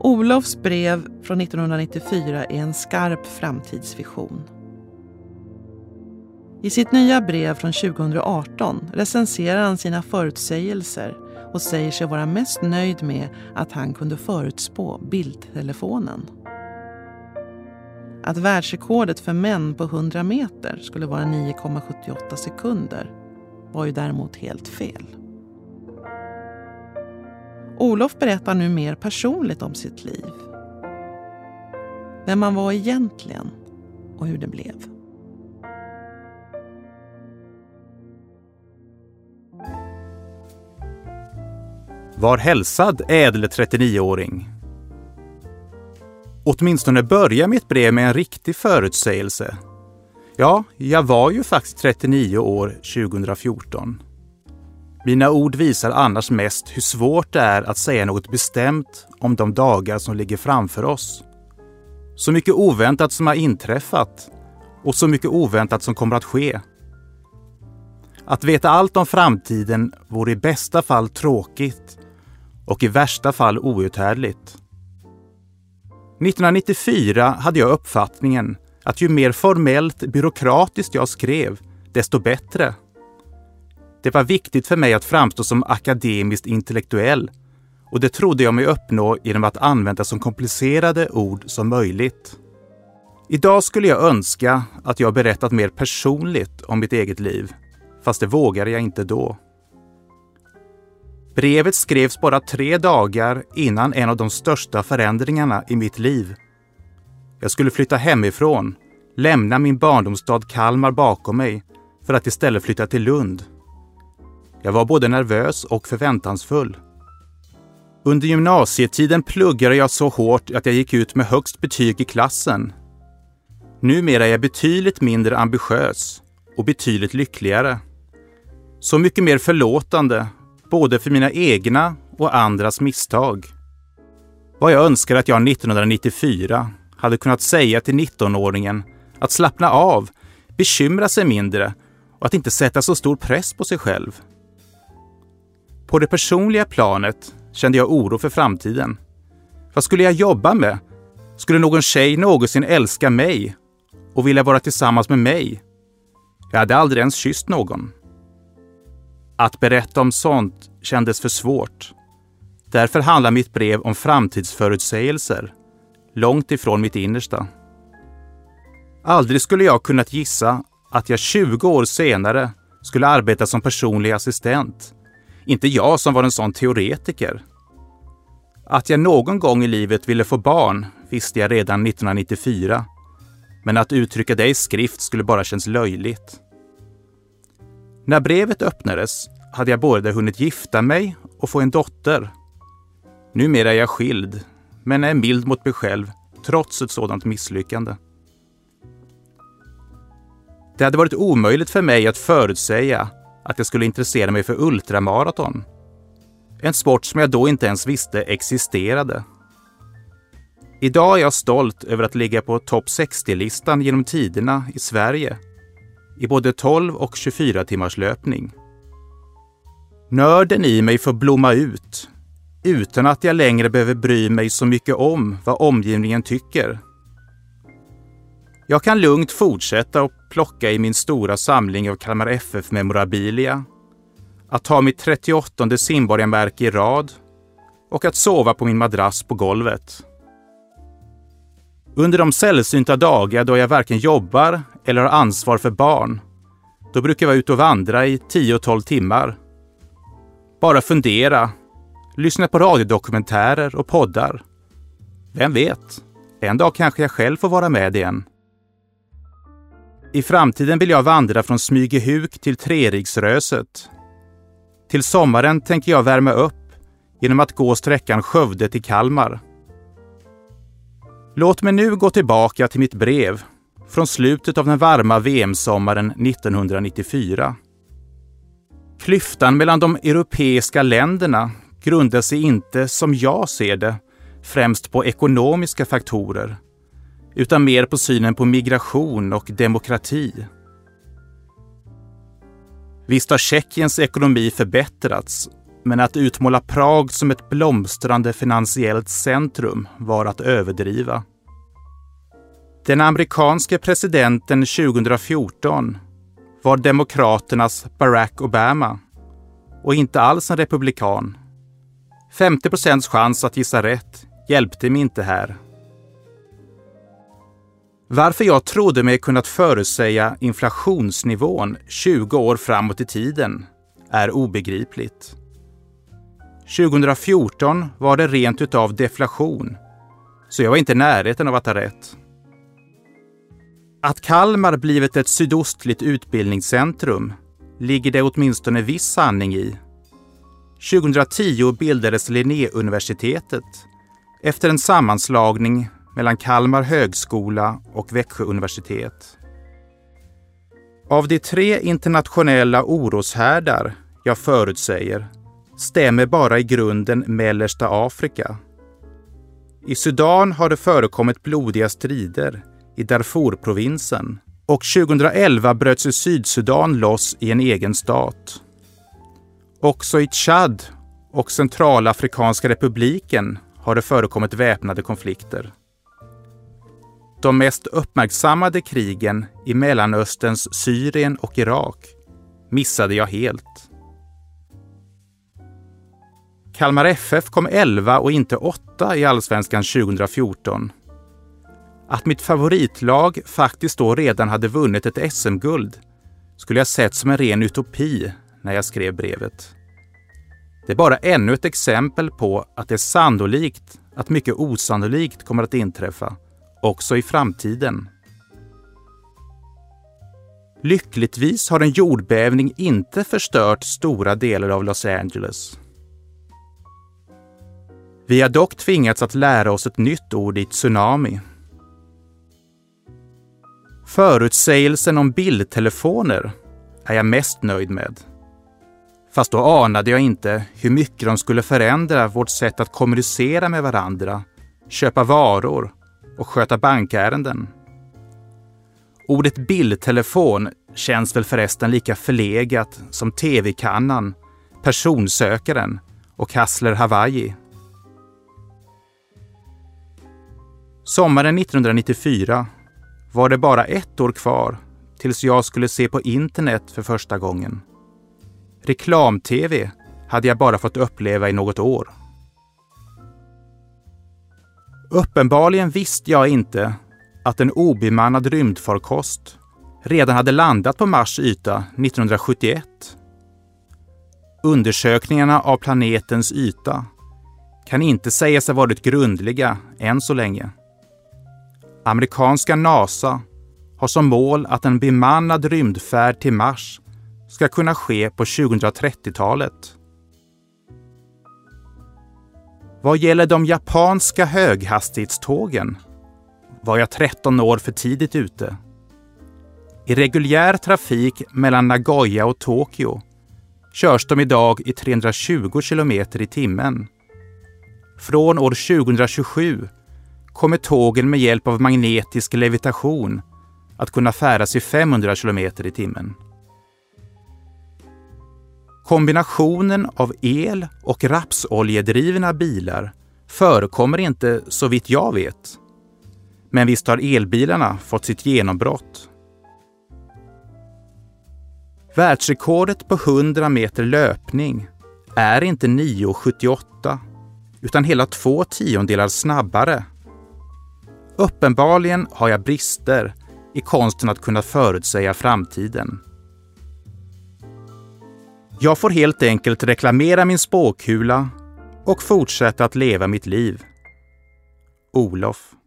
Olofs brev från 1994 är en skarp framtidsvision. I sitt nya brev från 2018 recenserar han sina förutsägelser och säger sig vara mest nöjd med att han kunde förutspå bildtelefonen. Att världsrekordet för män på 100 meter skulle vara 9,78 sekunder var ju däremot helt fel. Olof berättar nu mer personligt om sitt liv. Vem man var egentligen och hur det blev. Var hälsad, ädle 39-åring. Åtminstone börja mitt brev med en riktig förutsägelse. Ja, jag var ju faktiskt 39 år 2014. Mina ord visar annars mest hur svårt det är att säga något bestämt om de dagar som ligger framför oss. Så mycket oväntat som har inträffat och så mycket oväntat som kommer att ske. Att veta allt om framtiden vore i bästa fall tråkigt och i värsta fall outhärdligt. 1994 hade jag uppfattningen att ju mer formellt byråkratiskt jag skrev, desto bättre. Det var viktigt för mig att framstå som akademiskt intellektuell och det trodde jag mig uppnå genom att använda så komplicerade ord som möjligt. Idag skulle jag önska att jag berättat mer personligt om mitt eget liv, fast det vågade jag inte då. Brevet skrevs bara 3 dagar innan en av de största förändringarna i mitt liv. Jag skulle flytta hemifrån, lämna min barndomsstad Kalmar bakom mig för att istället flytta till Lund. Jag var både nervös och förväntansfull. Under gymnasietiden pluggade jag så hårt att jag gick ut med högst betyg i klassen. Numera är jag betydligt mindre ambitiös och betydligt lyckligare. Så mycket mer förlåtande, både för mina egna och andras misstag. Vad jag önskar att jag 1994 hade kunnat säga till 19-åringen att slappna av, bekymra sig mindre och att inte sätta så stor press på sig själv. På det personliga planet kände jag oro för framtiden. Vad skulle jag jobba med? Skulle någon tjej någonsin älska mig och vilja vara tillsammans med mig? Jag hade aldrig ens kysst någon. Att berätta om sånt kändes för svårt. Därför handlar mitt brev om framtidsförutsägelser, långt ifrån mitt innersta. Aldrig skulle jag kunnat gissa att jag 20 år senare skulle arbeta som personlig assistent. Inte jag som var en sån teoretiker. Att jag någon gång i livet ville få barn visste jag redan 1994. Men att uttrycka det i skrift skulle bara känns löjligt. När brevet öppnades hade jag både hunnit gifta mig och få en dotter. Numera är jag skild, men är mild mot mig själv trots ett sådant misslyckande. Det hade varit omöjligt för mig att förutsäga att jag skulle intressera mig för ultramaraton. En sport som jag då inte ens visste existerade. Idag är jag stolt över att ligga på topp 60-listan genom tiderna i Sverige. I både 12 och 24 timmars löpning. Nörden i mig får blomma ut utan att jag längre behöver bry mig så mycket om vad omgivningen tycker. Jag kan lugnt fortsätta och plocka i min stora samling av Kalmar FF-memorabilia, att ta mitt 38:e simborgarmärke i rad och att sova på min madrass på golvet. Under de sällsynta dagar då jag varken jobbar eller har ansvar för barn, då brukar jag vara ute och vandra i 10-12 timmar. Bara fundera, lyssna på radiodokumentärer och poddar. Vem vet, en dag kanske jag själv får vara med igen. I framtiden vill jag vandra från Smygehuk till Treriksröset. Till sommaren tänker jag värma upp genom att gå sträckan Skövde till Kalmar. Låt mig nu gå tillbaka till mitt brev från slutet av den varma VM-sommaren 1994. Klyftan mellan de europeiska länderna grundar sig inte, som jag ser det, främst på ekonomiska faktorer, utan mer på synen på migration och demokrati. Visst har Tjeckiens ekonomi förbättrats Men att utmåla Prag som ett blomstrande finansiellt centrum var att överdriva. Den amerikanske presidenten 2014 var demokraternas Barack Obama och inte alls en republikan. 50% chans att gissa rätt hjälpte mig inte här. Varför jag trodde mig kunnat förutsäga inflationsnivån 20 år framåt i tiden är obegripligt. 2014 var det rent utav deflation, så jag var inte i närheten av att ha rätt. Att Kalmar blivit ett sydostligt utbildningscentrum ligger det åtminstone viss sanning i. 2010 bildades Linnéuniversitetet efter en sammanslagning mellan Kalmar högskola och Växjö universitet. Av de 3 internationella oroshärdar jag förutsäger stämmer bara i grunden mellersta Afrika. I Sudan har det förekommit blodiga strider i Darfurprovinsen och 2011 bröt sig Sydsudan loss i en egen stat. Också i Tchad och Centralafrikanska republiken har det förekommit väpnade konflikter. De mest uppmärksammade krigen i Mellanösterns Syrien och Irak missade jag helt. Kalmar FF kom 11 och inte 8 i Allsvenskan 2014. Att mitt favoritlag faktiskt då redan hade vunnit ett SM-guld skulle jag sett som en ren utopi när jag skrev brevet. Det är bara ännu ett exempel på att det är sannolikt att mycket osannolikt kommer att inträffa, också i framtiden. Lyckligtvis har en jordbävning inte förstört stora delar av Los Angeles. Vi har dock tvingats att lära oss ett nytt ord i tsunami. Förutsägelsen om bildtelefoner är jag mest nöjd med. Fast då anade jag inte hur mycket de skulle förändra vårt sätt att kommunicera med varandra, köpa varor och sköta bankärenden. Ordet bildtelefon känns väl förresten lika förlegat som tv-kannan, personsökaren och Hassler Hawaii. Sommaren 1994 var det bara 1 år kvar tills jag skulle se på internet för första gången. Reklam-tv hade jag bara fått uppleva i något år. Uppenbarligen visste jag inte att en obemannad rymdfarkost redan hade landat på Mars yta 1971. Undersökningarna av planetens yta kan inte sägas ha varit grundliga än så länge. Amerikanska NASA har som mål att en bemannad rymdfärd till Mars ska kunna ske på 2030-talet. Vad gäller de japanska höghastighetstågen var jag 13 år för tidigt ute. I reguljär trafik mellan Nagoya och Tokyo körs de idag i 320 km i timmen. Från år 2027 kommer tågen med hjälp av magnetisk levitation att kunna färdas i 500 km i timmen. Kombinationen av el- och rapsoljedrivna bilar förekommer inte så vitt jag vet. Men visst har elbilarna fått sitt genombrott. Världsrekordet på 100 meter löpning är inte 9,78 utan hela 0,2 snabbare. Uppenbarligen har jag brister i konsten att kunna förutsäga framtiden. Jag får helt enkelt reklamera min spåkula och fortsätta att leva mitt liv. Olof.